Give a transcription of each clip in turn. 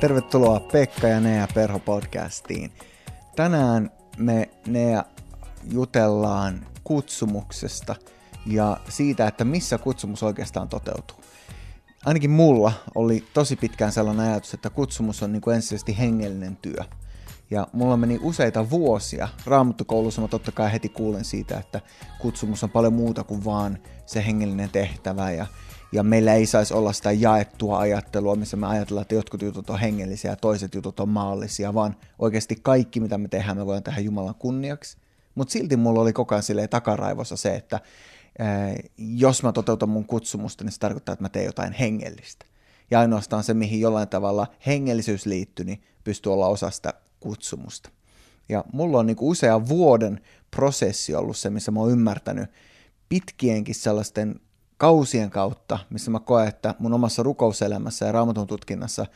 Tervetuloa Pekka ja Nea Perho podcastiin. Tänään me Nea jutellaan kutsumuksesta ja siitä, että missä kutsumus oikeastaan toteutuu. Ainakin mulla oli tosi pitkään sellainen ajatus, että kutsumus on niin kuin ensisijaisesti hengellinen työ. Ja mulla meni useita vuosia. Raamattukoulussa mä totta kai heti kuulen siitä, että kutsumus on paljon muuta kuin vaan se hengellinen tehtävä. Ja meillä ei saisi olla sitä jaettua ajattelua, missä me ajatellaan, että jotkut jutut on hengellisiä ja toiset jutut on maallisia, vaan oikeasti kaikki, mitä me tehdään, me voidaan tehdä Jumalan kunniaksi. Mutta silti mulla oli koko ajan silleen takaraivossa se, että jos mä toteutan mun kutsumusta, niin se tarkoittaa, että mä teen jotain hengellistä. Ja ainoastaan se, mihin jollain tavalla hengellisyys liittyy, niin pystyy olla osa sitä kutsumusta. Ja mulla on niinku usean vuoden prosessi ollut se, missä mä oon ymmärtänyt pitkienkin sellaisten kausien kautta, missä mä koen, että mun omassa rukouselämässä ja Raamatun tutkinnassa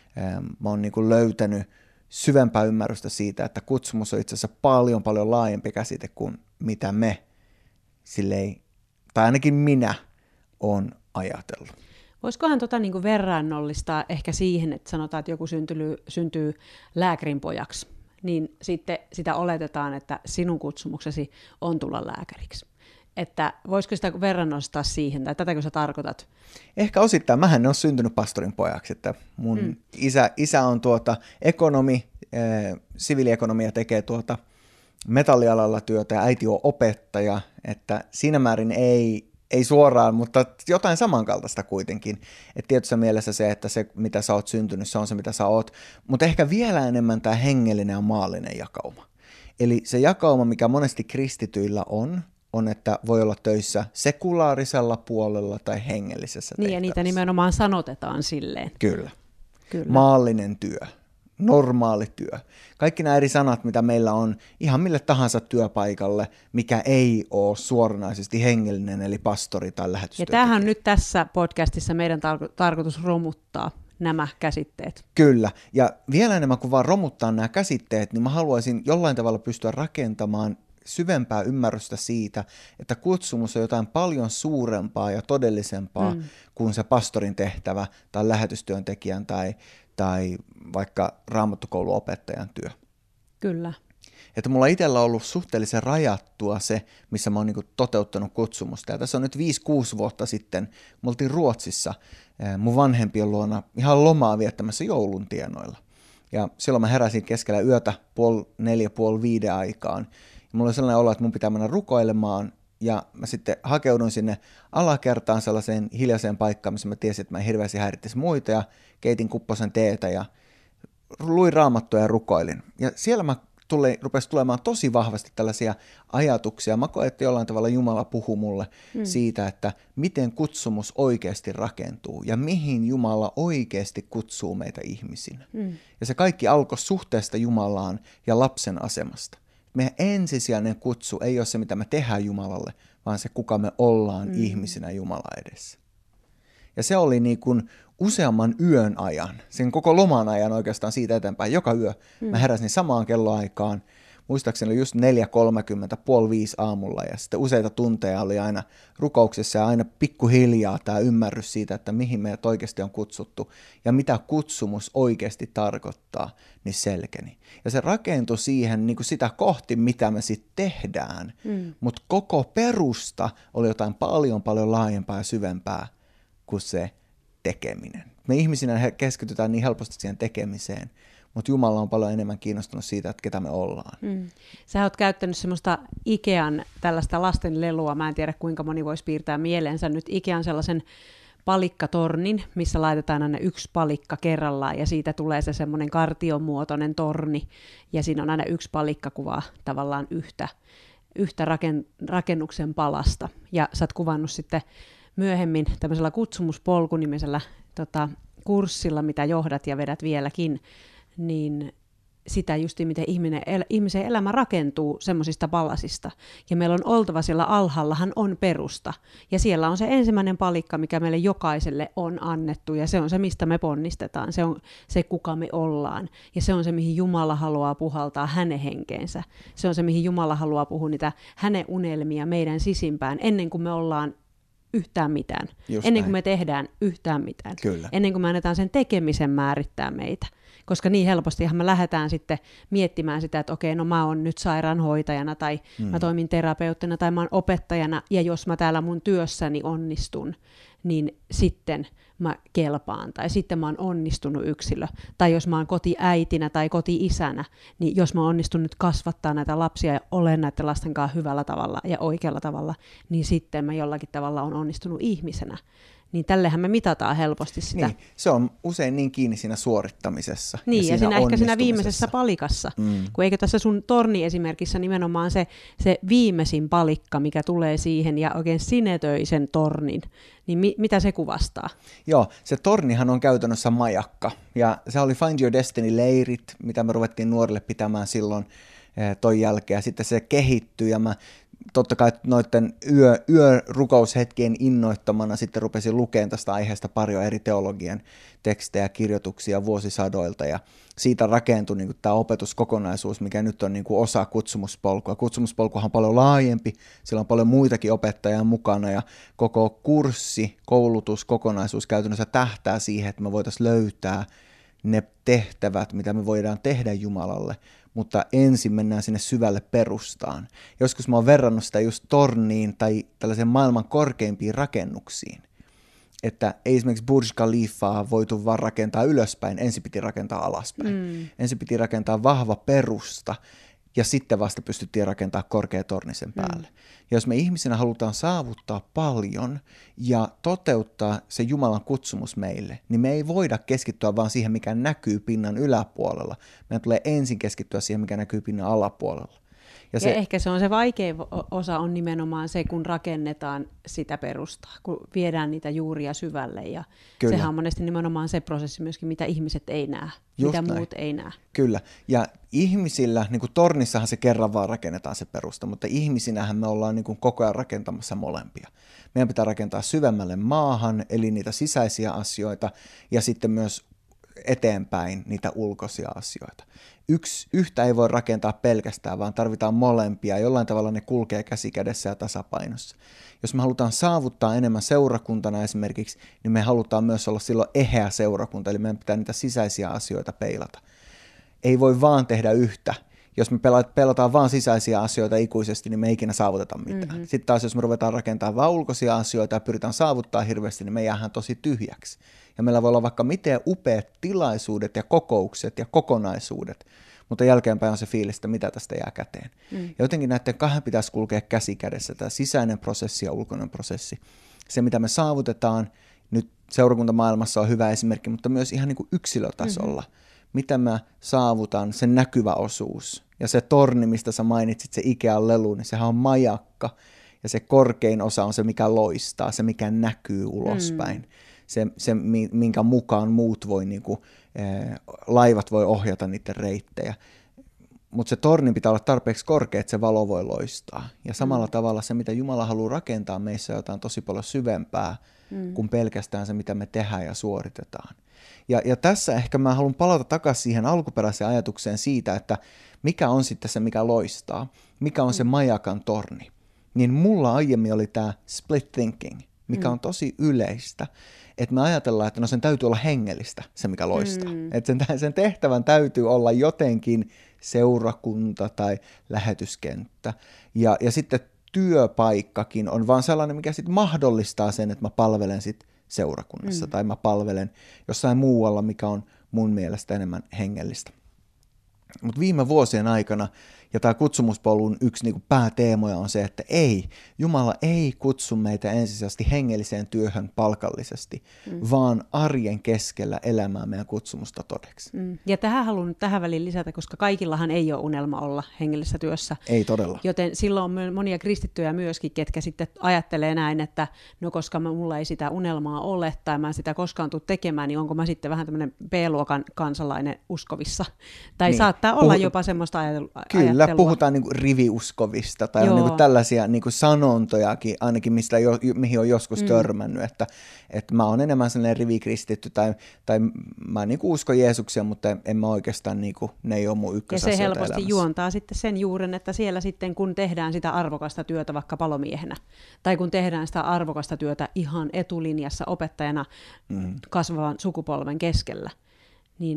mä oon niinku löytänyt syvempää ymmärrystä siitä, että kutsumus on itse asiassa paljon laajempi käsite kuin mitä me silleen, tai ainakin minä oon ajatellut. Voisikohan niin verrannollistaa ehkä siihen, että sanotaan, että joku syntyy lääkärin pojaksi, niin sitten sitä oletetaan, että sinun kutsumuksesi on tulla lääkäriksi. Että voisiko sitä verrannollistaa siihen, tai tätäkö sä tarkoitat? Ehkä osittain. Mähän en ole syntynyt pastorin pojaksi, että mun isä on ekonomi, siviiliekonomia tekee metallialalla työtä ja äiti on opettaja, että siinä määrin ei suoraan, mutta jotain samankaltaista kuitenkin. Että tietyssä mielessä se, että se mitä sä oot syntynyt, se on se mitä sä oot, mutta ehkä vielä enemmän tämä hengellinen ja maallinen jakauma. Eli se jakauma, mikä monesti kristityillä on, että voi olla töissä sekulaarisella puolella tai hengellisessä tehtävässä. Niin, ja niitä nimenomaan sanotetaan silleen. Kyllä. Maallinen työ, normaali työ. Kaikki nämä eri sanat, mitä meillä on ihan mille tahansa työpaikalle, mikä ei ole suoranaisesti hengellinen, eli pastori tai lähetystyöntekijä. Ja tämähän on nyt tässä podcastissa meidän tarkoitus romuttaa nämä käsitteet. Kyllä, ja vielä enemmän kuin vaan romuttaa nämä käsitteet, niin mä haluaisin jollain tavalla pystyä rakentamaan syvempää ymmärrystä siitä, että kutsumus on jotain paljon suurempaa ja todellisempaa kuin se pastorin tehtävä tai lähetystyöntekijän tai vaikka raamattukouluopettajan työ. Kyllä. Että mulla itsellä on ollut suhteellisen rajattua se, missä mä oon niinku toteuttanut kutsumusta. Ja tässä on nyt 5-6 vuotta sitten, me oltiin Ruotsissa mun vanhempien luona ihan lomaa viettämässä joulun tienoilla. Ja silloin mä heräsin keskellä yötä 4:30 aikaan. Ja mulla oli sellainen olo, että mun pitää mennä rukoilemaan, ja mä sitten hakeuduin sinne alakertaan sellaiseen hiljaiseen paikkaan, missä mä tiesin, että mä en hirveästi häirittäisi muita, ja keitin kupposen teetä, ja luin Raamattua ja rukoilin. Ja siellä mä rupesi tulemaan tosi vahvasti tällaisia ajatuksia. Mä koen, että jollain tavalla Jumala puhuu mulle siitä, että miten kutsumus oikeasti rakentuu, ja mihin Jumala oikeasti kutsuu meitä ihmisinä. Ja se kaikki alkoi suhteesta Jumalaan ja lapsen asemasta. Meidän ensisijainen kutsu ei ole se, mitä me tehdään Jumalalle, vaan se, kuka me ollaan ihmisinä Jumala edessä. Ja se oli niin kuin useamman yön ajan, sen koko loman ajan oikeastaan siitä eteenpäin, joka yö. Mä heräsin samaan kelloaikaan, muistaakseni oli just 4:30, 4:30 aamulla, ja sitten useita tunteja oli aina rukouksessa ja aina pikkuhiljaa tämä ymmärrys siitä, että mihin meidät oikeasti on kutsuttu ja mitä kutsumus oikeasti tarkoittaa, niin selkeni. Ja se rakentui siihen niin kuin sitä kohti, mitä me sitten tehdään, mutta koko perusta oli jotain paljon laajempaa ja syvempää kuin se tekeminen. Me ihmisinä keskitytään niin helposti siihen tekemiseen, mutta Jumala on paljon enemmän kiinnostunut siitä, että ketä me ollaan. Sä oot käyttänyt semmoista Ikean tällaista lasten lelua. Mä en tiedä, kuinka moni voisi piirtää mieleensä nyt Ikean sellaisen palikkatornin, missä laitetaan aina yksi palikka kerrallaan, ja siitä tulee se semmoinen kartionmuotoinen torni, ja siinä on aina yksi palikka kuvaa tavallaan yhtä rakennuksen palasta. Ja sä oot kuvannut sitten myöhemmin tämmöisellä kutsumuspolku-nimisellä kurssilla, mitä johdat ja vedät vieläkin, niin sitä justi, miten ihmisen elämä rakentuu semmoisista palasista. Ja meillä on oltava siellä alhaallahan on perusta. Ja siellä on se ensimmäinen palikka, mikä meille jokaiselle on annettu. Ja se on se, mistä me ponnistetaan. Se on se, kuka me ollaan. Ja se on se, mihin Jumala haluaa puhaltaa hänen henkeensä. Se on se, mihin Jumala haluaa puhua niitä hänen unelmia meidän sisimpään, ennen kuin me ollaan yhtään mitään. Ennen kuin me tehdään yhtään mitään. Kyllä. Ennen kuin me annetaan sen tekemisen määrittää meitä. koska niin helpostihan me lähdetään sitten miettimään sitä, että okei, no mä oon nyt sairaanhoitajana tai mä toimin terapeuttina tai mä oon opettajana ja jos mä täällä mun työssäni onnistun, niin sitten mä kelpaan tai sitten mä oon onnistunut yksilö. Tai jos mä oon kotiäitinä tai koti-isänä, niin jos mä oon onnistunut kasvattaa näitä lapsia ja olen näiden lasten kanssa hyvällä tavalla ja oikealla tavalla, niin sitten mä jollakin tavalla on onnistunut ihmisenä. Niin tällehän me mitataan helposti sitä. Niin, se on usein niin kiinni siinä suorittamisessa. Niin, ja siinä ehkä siinä viimeisessä palikassa. Kun eikö tässä sun torni-esimerkissä nimenomaan se viimeisin palikka, mikä tulee siihen ja oikein sinetöi sen tornin, niin mitä se kuvastaa? Joo, se tornihan on käytännössä majakka. Ja se oli Find Your Destiny-leirit, mitä me ruvettiin nuorille pitämään silloin ton jälkeen. Ja sitten se kehittyi ja mä totta kai noiden yörukous-hetkien innoittamana sitten rupesin lukemaan tästä aiheesta paljon eri teologian tekstejä, kirjoituksia vuosisadoilta ja siitä rakentui niin kuin tämä opetuskokonaisuus, mikä nyt on niin kuin osa kutsumuspolkua. Kutsumuspolkuhan on paljon laajempi, siellä on paljon muitakin opettajia mukana ja koko kurssi, koulutus, kokonaisuus käytännössä tähtää siihen, että me voitaisiin löytää ne tehtävät, mitä me voidaan tehdä Jumalalle, mutta ensin mennään sinne syvälle perustaan. Joskus mä oon verrannut sitä just torniin tai tällaisen maailman korkeimpiin rakennuksiin, että ei esimerkiksi Burj Khalifaa voitu vaan rakentaa ylöspäin, ensin piti rakentaa alaspäin. Ensin piti rakentaa vahva perusta ja sitten vasta pystyttiin rakentaa korkea torni sen päälle. Ja jos me ihmisinä halutaan saavuttaa paljon ja toteuttaa se Jumalan kutsumus meille, niin me ei voida keskittyä vaan siihen, mikä näkyy pinnan yläpuolella. Meidän tulee ensin keskittyä siihen, mikä näkyy pinnan alapuolella. Ja ehkä se on se vaikein osa on nimenomaan se, kun rakennetaan sitä perustaa, kun viedään niitä juuria syvälle. Ja sehän on monesti nimenomaan se prosessi myöskin, mitä ihmiset ei näe, mitä muut ei näe. Kyllä, ja ihmisillä, niin kuin tornissahan se kerran vaan rakennetaan se perusta, mutta ihmisinähän me ollaan niin kuin koko ajan rakentamassa molempia. Meidän pitää rakentaa syvemmälle maahan, eli niitä sisäisiä asioita, ja sitten myös eteenpäin niitä ulkoisia asioita. Yhtä ei voi rakentaa pelkästään, vaan tarvitaan molempia. Jollain tavalla ne kulkee käsi kädessä ja tasapainossa. Jos me halutaan saavuttaa enemmän seurakuntana esimerkiksi, niin me halutaan myös olla silloin eheä seurakunta, eli meidän pitää niitä sisäisiä asioita peilata. Ei voi vaan tehdä yhtä. Jos me pelataan vaan sisäisiä asioita ikuisesti, niin me ei ikinä saavuteta mitään. Sitten taas, jos me ruvetaan rakentamaan vaan ulkoisia asioita ja pyritään saavuttaa hirveästi, niin me jäähän tosi tyhjäksi. Ja meillä voi olla vaikka miten upeat tilaisuudet ja kokoukset ja kokonaisuudet, mutta jälkeenpäin on se fiilis, että mitä tästä jää käteen. Ja jotenkin näiden kahden pitäisi kulkea käsi kädessä, tämä sisäinen prosessi ja ulkoinen prosessi. Se, mitä me saavutetaan, nyt seurakuntamaailmassa on hyvä esimerkki, mutta myös ihan niin kuin yksilötasolla. Mitä mä saavutan, sen näkyvä osuus. Ja se torni, mistä sä mainitsit, se Ikean lelu, niin sehän on majakka. Ja se korkein osa on se, mikä loistaa, se, mikä näkyy ulospäin. Se minkä mukaan muut voi, laivat voi ohjata niiden reittejä. Mutta se torni pitää olla tarpeeksi korkea, että se valo voi loistaa. Ja samalla tavalla se, mitä Jumala haluaa rakentaa meissä, on jotain tosi paljon syvempää kuin pelkästään se, mitä me tehdään ja suoritetaan. Ja tässä ehkä mä haluan palata takaisin siihen alkuperäiseen ajatukseen siitä, että mikä on sitten se, mikä loistaa, mikä on se majakan torni. Niin mulla aiemmin oli tämä split thinking, mikä on tosi yleistä, että me ajatellaan, että no sen täytyy olla hengellistä, se mikä loistaa. Että sen tehtävän täytyy olla jotenkin seurakunta tai lähetyskenttä. Ja sitten työpaikkakin on vaan sellainen, mikä sitten mahdollistaa sen, että mä palvelen sitten seurakunnassa tai mä palvelen jossain muualla, mikä on mun mielestä enemmän hengellistä. Mutta viime vuosien aikana, ja tämä kutsumuspolun yksi niinku pääteemoja on se, että Jumala ei kutsu meitä ensisijaisesti hengelliseen työhön palkallisesti, vaan arjen keskellä elämään meidän kutsumusta todeksi. Ja haluan tähän väliin lisätä, koska kaikillahan ei ole unelma olla hengellisessä työssä. Ei todella. Joten silloin on monia kristittyjä myöskin, ketkä sitten ajattelee näin, että no koska mulla ei sitä unelmaa ole, tai mä en sitä koskaan tule tekemään, niin onko mä sitten vähän tämmöinen B-luokan kansalainen uskovissa. Tai niin. Saattaa olla jopa semmoista ajattelua. Kyllä, puhutaan niinku riviuskovista tai on niinku tällaisia niinku sanontojakin, ainakin mihin on joskus törmännyt, että mä oon enemmän sellainen rivikristitty tai mä niinku uskon Jeesuksia, mutta en mä oikeastaan, niinku, ne ei ole mun ykkösasioita elämässä. Ja se helposti elämässä. Juontaa sitten sen juuren, että siellä sitten kun tehdään sitä arvokasta työtä vaikka palomiehenä, tai kun tehdään sitä arvokasta työtä ihan etulinjassa opettajana kasvavan sukupolven keskellä, niin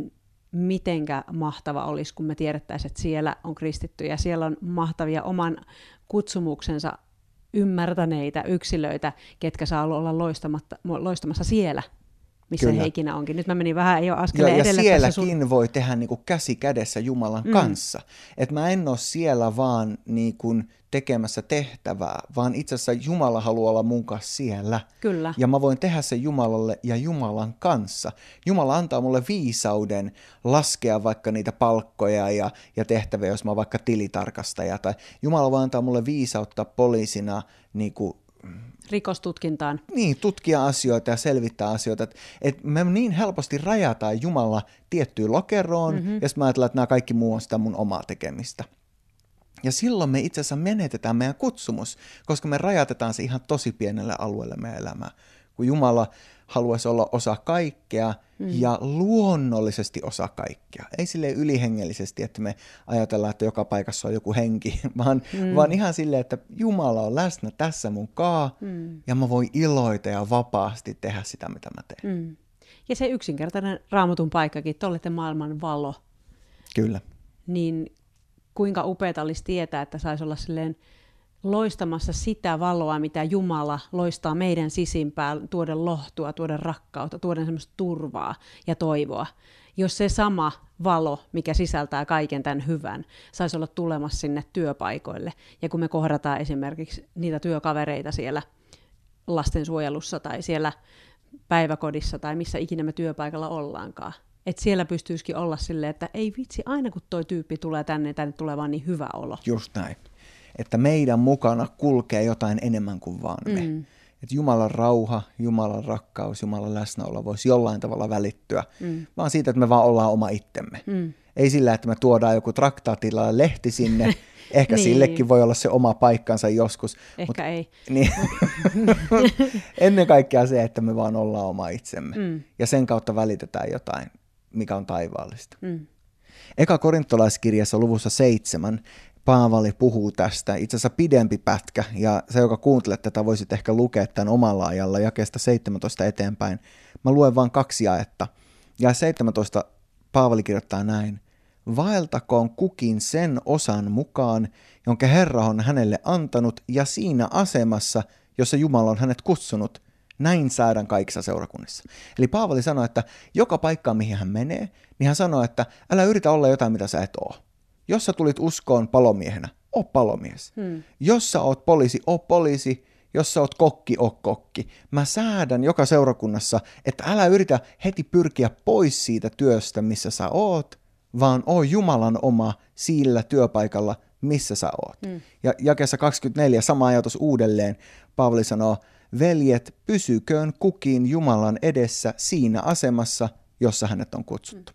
mitenkä mahtava olisi, kun me tiedettäisiin, että siellä on kristittyjä, siellä on mahtavia oman kutsumuksensa ymmärtäneitä yksilöitä, ketkä saa olla loistamassa siellä, missä Kyllä. he ikinä onkin. Nyt mä menin vähän jo askeleen Ja edelle. sielläkin voi tehdä niin kuin käsi kädessä Jumalan kanssa. Että mä en ole siellä vaan niin kuin tekemässä tehtävää, vaan itse asiassa Jumala haluaa olla mun kanssa siellä. Kyllä. Ja mä voin tehdä sen Jumalalle ja Jumalan kanssa. Jumala antaa mulle viisauden laskea vaikka niitä palkkoja ja tehtäviä, jos mä oon vaikka tilitarkastaja. Tai Jumala voi antaa mulle viisautta poliisina niin kuin rikostutkintaan. Niin, tutkia asioita ja selvittää asioita. Et me niin helposti rajataan Jumala tiettyyn lokeroon, ja sitten mä ajatellaan, että nämä kaikki muu on sitä mun omaa tekemistä. Ja silloin me itse asiassa menetetään meidän kutsumus, koska me rajatetaan se ihan tosi pienelle alueelle meidän elämää. Kun Jumala haluaisi olla osa kaikkea ja luonnollisesti osa kaikkea. Ei silleen ylihengellisesti, että me ajatellaan, että joka paikassa on joku henki, vaan ihan silleen, että Jumala on läsnä tässä mun kaa ja mä voin iloita ja vapaasti tehdä sitä, mitä mä teen. Ja se yksinkertainen Raamatun paikkakin, että olette maailman valo. Kyllä. Niin kuinka upeata olisi tietää, että saisi olla silleen loistamassa sitä valoa, mitä Jumala loistaa meidän sisimpään, tuoden lohtua, tuoden rakkautta, tuoden semmoista turvaa ja toivoa. Jos se sama valo, mikä sisältää kaiken tämän hyvän, saisi olla tulemassa sinne työpaikoille. Ja kun me kohdataan esimerkiksi niitä työkavereita siellä lastensuojelussa tai siellä päiväkodissa tai missä ikinä me työpaikalla ollaankaan, että siellä pystyisikin olla silleen, että ei vitsi, aina kun toi tyyppi tulee tänne tulee vaan niin hyvä olo. Just näin. Että meidän mukana kulkee jotain enemmän kuin vaan me. Että Jumalan rauha, Jumalan rakkaus, Jumalan läsnäolo voisi jollain tavalla välittyä, vaan siitä, että me vaan ollaan oma itsemme. Ei sillä, että me tuodaan joku traktaatilla lehti sinne, ehkä niin. Sillekin voi olla se oma paikkansa joskus. Ehkä ei. Niin, ennen kaikkea se, että me vaan ollaan oma itsemme. Ja sen kautta välitetään jotain, mikä on taivaallista. Eka korintolaiskirjassa luvussa 7 Paavali puhuu tästä, itse asiassa pidempi pätkä, ja se, joka kuuntelet tätä, voisit ehkä lukea tämän omalla ajalla jakeesta 17 eteenpäin. Mä luen vain 2 jaetta. Ja 17 Paavali kirjoittaa näin: vaeltakoon kukin sen osan mukaan, jonka Herra on hänelle antanut, ja siinä asemassa, jossa Jumala on hänet kutsunut. Näin säädän kaikissa seurakunnissa. Eli Paavali sanoi, että joka paikkaan, mihin hän menee, niin hän sanoi, että älä yritä olla jotain, mitä sä et oo. Jos sä tulit uskoon palomiehenä, oo palomies. Jos sä oot poliisi, oo poliisi. Jos sä oot kokki, oo kokki. Mä säädän joka seurakunnassa, että älä yritä heti pyrkiä pois siitä työstä, missä sä oot, vaan oo Jumalan oma sillä työpaikalla, missä sä oot. Ja jakeessa 24 sama ajatus uudelleen. Paavali sanoo: veljet, pysyköön kukin Jumalan edessä siinä asemassa, jossa hänet on kutsuttu.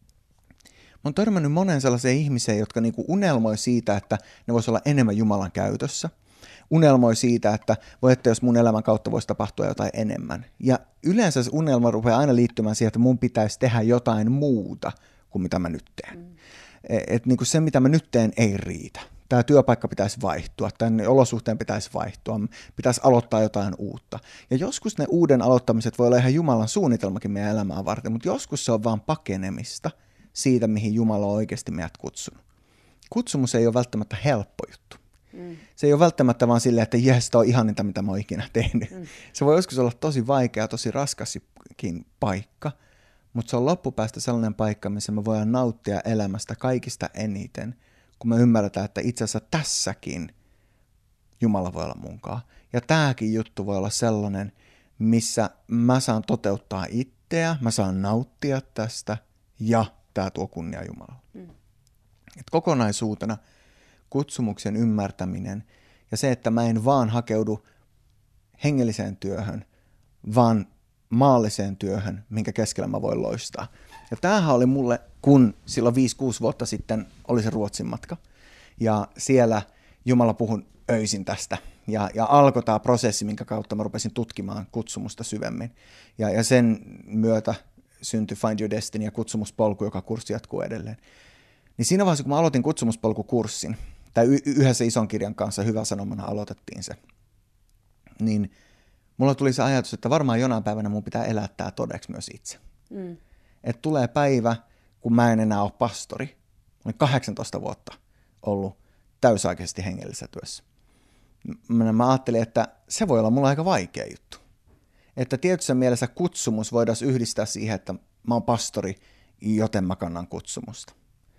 Mä oon törmännyt monen sellaiseen ihmiseen, jotka niinku unelmoi siitä, että ne vois olla enemmän Jumalan käytössä. Unelmoi siitä, että jos mun elämän kautta voisi tapahtua jotain enemmän. Ja yleensä se unelma rupeaa aina liittymään siihen, että mun pitäisi tehdä jotain muuta kuin mitä mä nyt teen. Että niinku se, mitä mä nyt teen, ei riitä. Tämä työpaikka pitäisi vaihtua, tämän olosuhteen pitäisi vaihtua, pitäisi aloittaa jotain uutta. Ja joskus ne uuden aloittamiset voi olla ihan Jumalan suunnitelmakin meidän elämää varten, mutta joskus se on vaan pakenemista siitä, mihin Jumala on oikeasti meidät kutsunut. Kutsumus ei ole välttämättä helppo juttu. Se ei ole välttämättä vaan silleen, että jes, tämä on ihaninta, mitä mä oon ikinä tehnyt. Se voi joskus olla tosi vaikea, tosi raskaskin paikka, mutta se on loppupäästä sellainen paikka, missä me voidaan nauttia elämästä kaikista eniten, kun me ymmärretään, että itse asiassa tässäkin Jumala voi olla munkaan. Ja tämäkin juttu voi olla sellainen, missä mä saan toteuttaa itseä, mä saan nauttia tästä ja tämä tuo kunnia Jumalalle. Et kokonaisuutena kutsumuksen ymmärtäminen ja se, että mä en vaan hakeudu hengelliseen työhön, vaan maalliseen työhön, minkä keskellä mä voin loistaa. Ja tämähän oli mulle, kun silloin 5-6 vuotta sitten oli se Ruotsin matka. Ja siellä Jumala puhui öisin tästä. Ja alkoi tämä prosessi, minkä kautta mä rupesin tutkimaan kutsumusta syvemmin. Ja sen myötä syntyi Find Your Destiny ja kutsumuspolku, joka kurssi jatkuu edelleen. Niin siinä vaiheessa, kun mä aloitin kutsumuspolkukurssin, tai yhdessä ison kirjan kanssa Hyvä sanomana aloitettiin se, niin mulla tuli se ajatus, että varmaan jonain päivänä mun pitää elää tää todeksi myös itse. Että tulee päivä, kun mä en enää ole pastori. Mä olen 18 vuotta ollut täysaikaisesti hengellisessä työssä. Mä ajattelin, että se voi olla mulla aika vaikea juttu. Että tietyssä mielessä kutsumus voidaan yhdistää siihen, että mä oon pastori, joten mä kannan kutsumusta.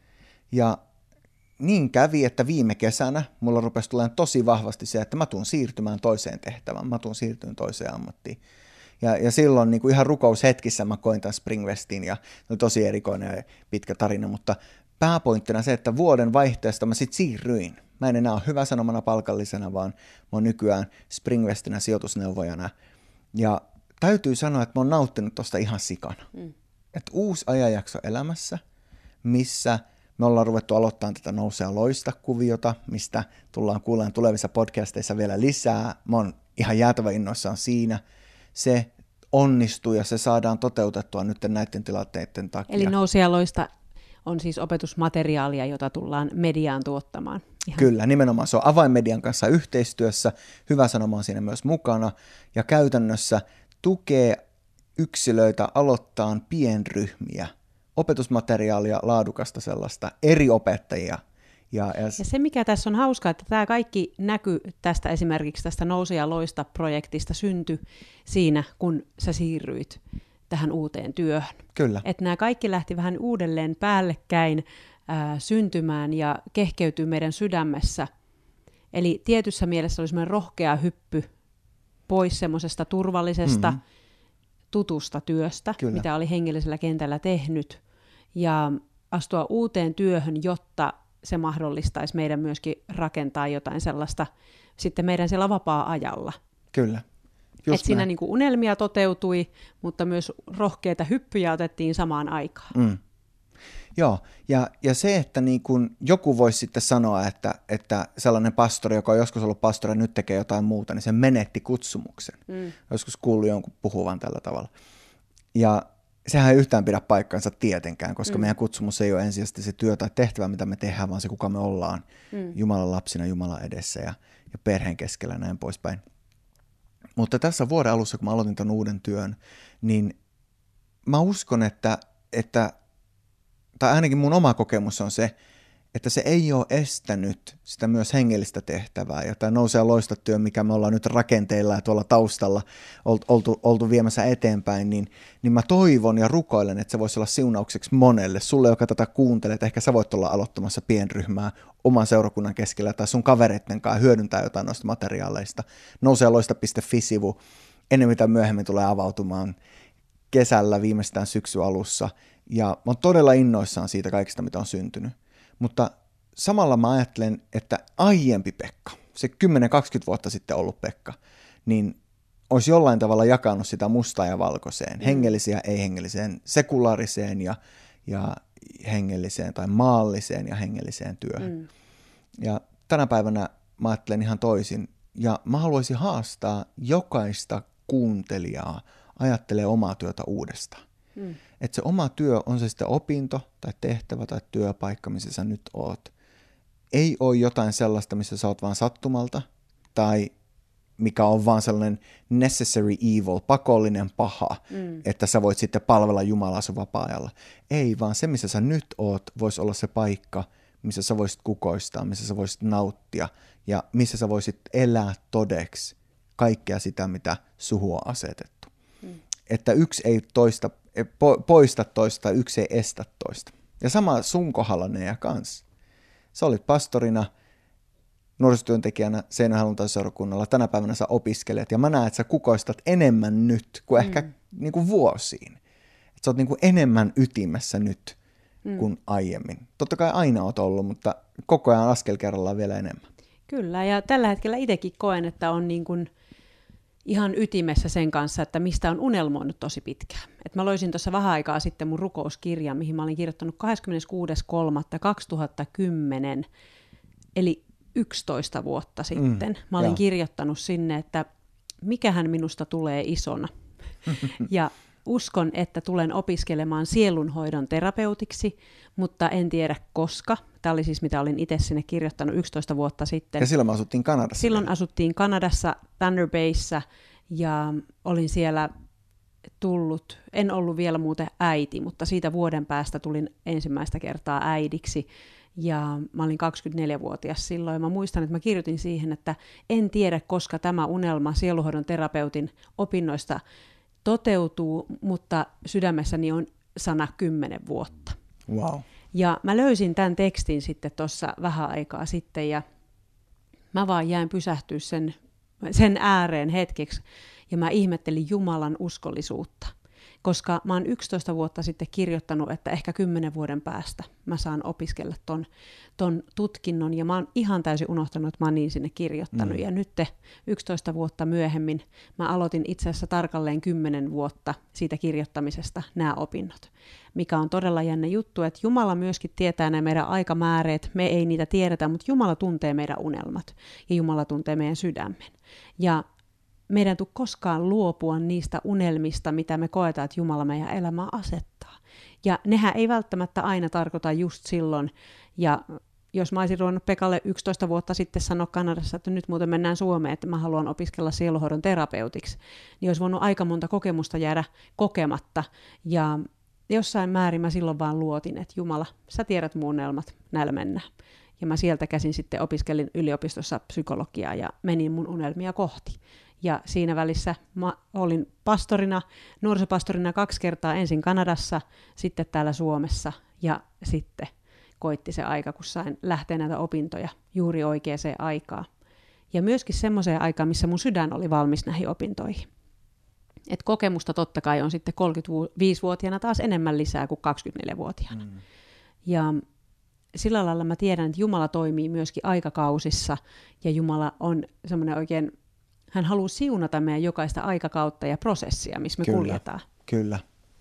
Ja niin kävi, että viime kesänä mulla rupesi tulemaan tosi vahvasti se, että mä tuun siirtymään toiseen tehtävään, mä tuun siirtymään toiseen ammattiin. Ja silloin niin kuin ihan rukoushetkissä mä koin tämän Springwestin ja tosi erikoinen ja pitkä tarina, mutta pääpointtina se, että vuoden vaihteesta mä sitten siirryin. Mä en enää ole hyvä sanomana palkallisena, vaan mä oon nykyään Springwestinä sijoitusneuvojana. Ja täytyy sanoa, että mä oon nauttinut tosta ihan sikana. Että uusi ajanjakso elämässä, missä me ollaan ruvettu aloittamaan tätä Nousea loista -kuviota, mistä tullaan kuulemaan tulevissa podcasteissa vielä lisää. Mä oon ihan jäätävä innoissaan siinä. Se onnistuu ja se saadaan toteutettua nyt näiden tilanteiden takia. Eli Nousea loista on siis opetusmateriaalia, jota tullaan mediaan tuottamaan. Ihan. Kyllä, nimenomaan se on avainmedian kanssa yhteistyössä, Hyvä Sanoma on siinä myös mukana, ja käytännössä tukee yksilöitä aloittaa pienryhmiä, opetusmateriaalia, laadukasta sellaista, eri opettajia. Ja se, mikä tässä on hauskaa, että tämä kaikki näky tästä esimerkiksi tästä Nousea loista -projektista syntyi siinä, kun sä siirryit tähän uuteen työhön. Kyllä. Että nämä kaikki lähti vähän uudelleen päällekkäin syntymään ja kehkeytyy meidän sydämessä. Eli tietyssä mielessä oli semmoinen rohkea hyppy pois semmoisesta turvallisesta, tutusta työstä, Kyllä. mitä oli hengellisellä kentällä tehnyt, ja astua uuteen työhön, jotta se mahdollistaisi meidän myöskin rakentaa jotain sellaista sitten meidän siellä vapaa-ajalla. Kyllä. Että siinä niin kuin unelmia toteutui, mutta myös rohkeita hyppyjä otettiin samaan aikaan. Joo, ja se, että niin kun joku voisi sitten sanoa, että sellainen pastori, joka on joskus ollut pastori ja nyt tekee jotain muuta, niin se menetti kutsumuksen. Joskus kuullut jonkun puhuvan tällä tavalla. Ja sehän ei yhtään pidä paikkansa tietenkään, koska meidän kutsumus ei ole ensisijaisesti se työ tai tehtävä, mitä me tehdään, vaan se, kuka me ollaan Jumalan lapsina Jumalan edessä ja perheen keskellä ja näin poispäin. Mutta tässä vuoden alussa, kun mä aloitin ton uuden työn, niin mä uskon, että tai ainakin mun oma kokemus on se, että se ei ole estänyt sitä myös hengellistä tehtävää. Ja tämä Nousea loista -työ, mikä me ollaan nyt rakenteilla ja tuolla taustalla oltu viemässä eteenpäin, niin mä toivon ja rukoilen, että se voisi olla siunaukseksi monelle. Sulle, joka tätä kuuntelet, ehkä sä voit olla aloittamassa pienryhmää oman seurakunnan keskellä tai sun kavereitten kanssa hyödyntää jotain noista materiaaleista. Nousealoista.fi-sivu ennen mitä myöhemmin tulee avautumaan kesällä, viimeistään syksyn alussa. Ja mä oon todella innoissaan siitä kaikesta, mitä on syntynyt. Mutta samalla mä ajattelen, että aiempi Pekka, se 10-20 vuotta sitten ollut Pekka, niin olisi jollain tavalla jakanut sitä mustaa ja valkoiseen, hengelliseen ja ei-hengelliseen, sekulaariseen ja hengelliseen tai maalliseen ja hengelliseen työhön. Ja tänä päivänä mä ajattelen ihan toisin. Ja mä haluaisin haastaa jokaista kuuntelijaa ajattelee omaa työtä uudestaan. Että se oma työ, on se sitten opinto tai tehtävä tai työpaikka, missä sä nyt oot, ei ole jotain sellaista, missä sä oot vaan sattumalta tai mikä on vaan sellainen necessary evil, pakollinen paha, että sä voit sitten palvella Jumalaa sun vapaa-ajalla. Ei, vaan se, missä sä nyt oot, voisi olla se paikka, missä sä voisit kukoistaa, missä sä voisit nauttia ja missä sä voisit elää todeksi kaikkea sitä, mitä suhun on asetettu. Että yksi ei poista toista, yksi ei estä toista. Ja sama sun kohdalla Nea kanssa. Sä olit pastorina, nuorisotyöntekijänä Seinäjoen-helluntai-seurakunnalla, tänä päivänä sä opiskelet, ja mä näen, että sä kukoistat enemmän nyt kuin ehkä niin kuin vuosiin. Että sä oot niin kuin enemmän ytimessä nyt kuin aiemmin. Totta kai aina oot ollut, mutta koko ajan askel kerrallaan vielä enemmän. Kyllä, ja tällä hetkellä itsekin koen, että on niin kuin ihan ytimessä sen kanssa, että mistä on unelmoinut tosi pitkään. Et mä loisin tuossa vähän aikaa sitten mun rukouskirjan, mihin mä olin kirjoittanut 26.3.2010, eli 11 vuotta sitten. Mä olin kirjoittanut sinne, että mikähän minusta tulee isona. Ja uskon, että tulen opiskelemaan sielunhoidon terapeutiksi, mutta en tiedä koska. Tämä oli siis mitä olin itse sinne kirjoittanut 11 vuotta sitten. Ja silloin me asuttiin Kanadassa. Silloin asuttiin Kanadassa, Thunder Bayssä, ja olin siellä en ollut vielä muuten äiti, mutta siitä vuoden päästä tulin ensimmäistä kertaa äidiksi. Ja mä olin 24-vuotias silloin. Mä muistan, että mä kirjoitin siihen, että en tiedä, koska tämä unelma sielunhoidon terapeutin opinnoista toteutuu, mutta sydämessäni on sana 10 vuotta. Wow. Ja mä löysin tämän tekstin sitten tuossa vähän aikaa sitten ja mä vaan jäin pysähtyä sen ääreen hetkeksi ja mä ihmettelin Jumalan uskollisuutta. Koska mä oon 11 vuotta sitten kirjoittanut, että ehkä 10 vuoden päästä mä saan opiskella ton tutkinnon. Ja mä oon ihan täysin unohtanut, että mä oon niin sinne kirjoittanut. Ja nyt 11 vuotta myöhemmin mä aloitin itse asiassa tarkalleen 10 vuotta siitä kirjoittamisesta nämä opinnot. Mikä on todella jännä juttu, että Jumala myöskin tietää nämä meidän aikamääreet. Me ei niitä tiedetä, mutta Jumala tuntee meidän unelmat ja Jumala tuntee meidän sydämen. Ja meidän ei tule koskaan luopua niistä unelmista, mitä me koetaan, että Jumala meidän elämään asettaa. Ja nehän ei välttämättä aina tarkoita just silloin. Ja jos mä olisin ruvennut Pekalle 11 vuotta sitten sanoa Kanadassa, että nyt muuten mennään Suomeen, että mä haluan opiskella sielunhoidon terapeutiksi, niin olisi voinut aika monta kokemusta jäädä kokematta. Ja jossain määrin mä silloin vaan luotin, että Jumala, sä tiedät mun unelmat, näillä mennään. Ja mä sieltä käsin sitten opiskelin yliopistossa psykologiaa ja menin mun unelmia kohti. Ja siinä välissä mä olin nuorisopastorina 2 kertaa ensin Kanadassa, sitten täällä Suomessa ja sitten koitti se aika, kun sain lähteä näitä opintoja juuri oikeaan aikaan. Ja myöskin semmoiseen aikaan, missä mun sydän oli valmis näihin opintoihin. Et kokemusta totta kai on sitten 35-vuotiaana taas enemmän lisää kuin 24-vuotiaana. Ja sillä lailla mä tiedän, että Jumala toimii myöskin aikakausissa ja Jumala on semmoinen oikein, hän haluaa siunata meidän jokaista aikakautta ja prosessia, missä me kuljetaan. Kyllä.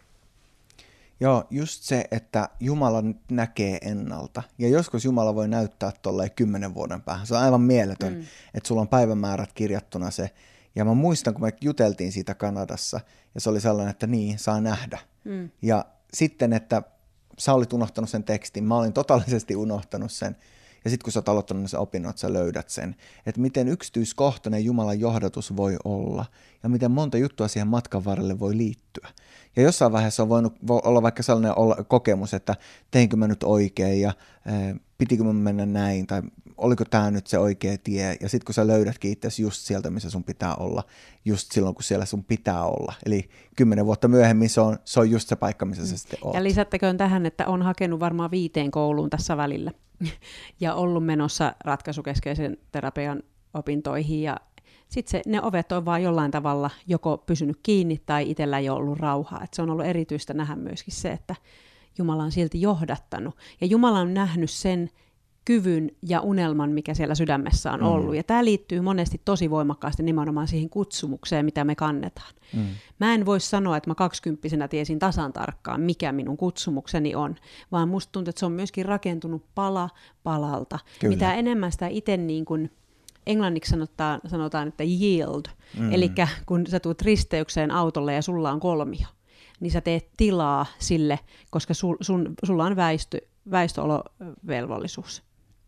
Joo, just se, että Jumala näkee ennalta. Ja joskus Jumala voi näyttää tolleen 10 vuoden päähän. Se on aivan mieletön, että sulla on päivämäärät kirjattuna se. Ja mä muistan, kun me juteltiin siitä Kanadassa, ja se oli sellainen, että niin, saa nähdä. Ja sitten, että sä olit unohtanut sen tekstin, mä olin totaalisesti unohtanut sen. Ja sitten kun sä oot aloittanut sen opinnot, sä löydät sen. Että miten yksityiskohtainen Jumalan johdatus voi olla, ja miten monta juttua siihen matkan varrelle voi liittyä. Ja jossain vaiheessa on voinut olla vaikka sellainen kokemus, että teinkö mä nyt oikein, ja pitikö mä mennä näin, tai oliko tämä nyt se oikea tie. Ja sitten kun sä löydätkin itseäsi just sieltä, missä sun pitää olla, just silloin, kun siellä sun pitää olla. Eli 10 vuotta myöhemmin se on just se paikka, missä sä sitten oot. Ja lisättäköön tähän, että on hakenut varmaan 5 kouluun tässä välillä. Ja ollut menossa ratkaisukeskeisen terapian opintoihin. Ja sitten ne ovet on vaan jollain tavalla joko pysynyt kiinni tai itsellä ei ole ollut rauhaa. Et se on ollut erityistä nähdä myöskin se, että Jumala on silti johdattanut. Ja Jumala on nähnyt sen kyvyn ja unelman, mikä siellä sydämessä on ollut. Ja tämä liittyy monesti tosi voimakkaasti nimenomaan siihen kutsumukseen, mitä me kannetaan. Mä en voi sanoa, että mä 20-vuotiaana tiesin tasan tarkkaan, mikä minun kutsumukseni on, vaan musta tuntuu, että se on myöskin rakentunut pala palalta. Kyllä. Mitä enemmän sitä itse niin kuin englanniksi sanotaan, että yield, eli kun sä tuut risteykseen autolle ja sulla on kolmio, niin sä teet tilaa sille, koska sulla on väistövelvollisuus.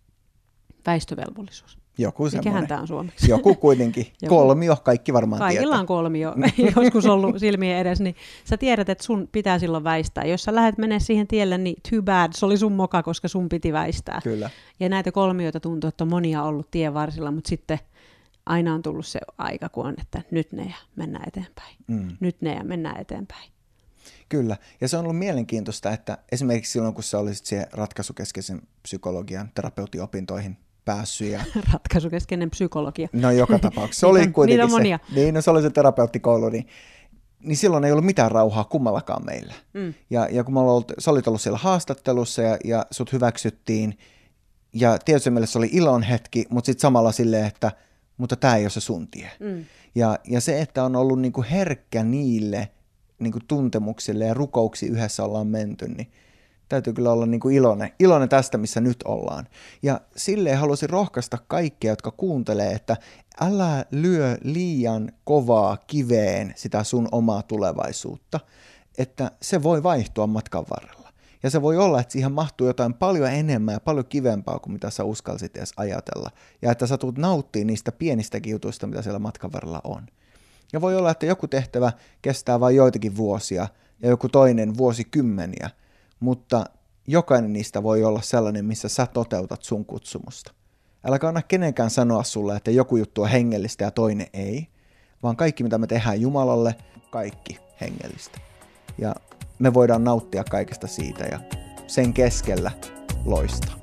Joku semmoinen. Mikähän tämä on suomeksi? Joku kuitenkin. Kolmio, kaikki varmaan tietää. Kaikilla on kolmio, joskus ollut silmien edessä, niin sä tiedät, että sun pitää silloin väistää. Jos sä lähdet menee siihen tielle, niin too bad, se oli sun moka, koska sun piti väistää. Kyllä. Ja näitä kolmioita tuntuu, että on monia ollut tien varsilla, mutta sitten aina on tullut se aika, kun on, että nyt ne ja mennään eteenpäin. Nyt ne ja mennään eteenpäin. Kyllä, ja se on ollut mielenkiintoista, että esimerkiksi silloin, kun sä olisit siihen ratkaisukeskeisen psykologian terapeutiopintoihin päässyt. Ja ratkaisukeskeinen psykologia. No joka tapauksessa. Se oli kuitenkin niitä on monia. Se oli se terapeuttikoulu, niin silloin ei ollut mitään rauhaa kummallakaan meillä. Ja kun sä olit ollut siellä haastattelussa ja sut hyväksyttiin, ja tietysti meille se oli ilon hetki, mutta sitten samalla silleen, että mutta tämä ei ole se sun tie. Ja se, että on ollut niinku herkkä niille niinku tuntemuksille ja rukouksiin yhdessä ollaan menty, niin täytyy kyllä olla niinku iloinen tästä, missä nyt ollaan. Ja silleen haluaisin rohkaista kaikkia, jotka kuuntelee, että älä lyö liian kovaa kiveen sitä sun omaa tulevaisuutta, että se voi vaihtua matkan varrella. Ja se voi olla, että siihen mahtuu jotain paljon enemmän ja paljon kivempaa kuin mitä sä uskalsit edes ajatella. Ja että sä tulet nauttimaan niistä pienistä jutuista, mitä siellä matkan varrella on. Ja voi olla, että joku tehtävä kestää vain joitakin vuosia ja joku toinen vuosikymmeniä, mutta jokainen niistä voi olla sellainen, missä sä toteutat sun kutsumusta. Äläkä anna kenenkään sanoa sulle, että joku juttu on hengellistä ja toinen ei, vaan kaikki mitä me tehdään Jumalalle, kaikki hengellistä. Ja me voidaan nauttia kaikesta siitä ja sen keskellä loistaa.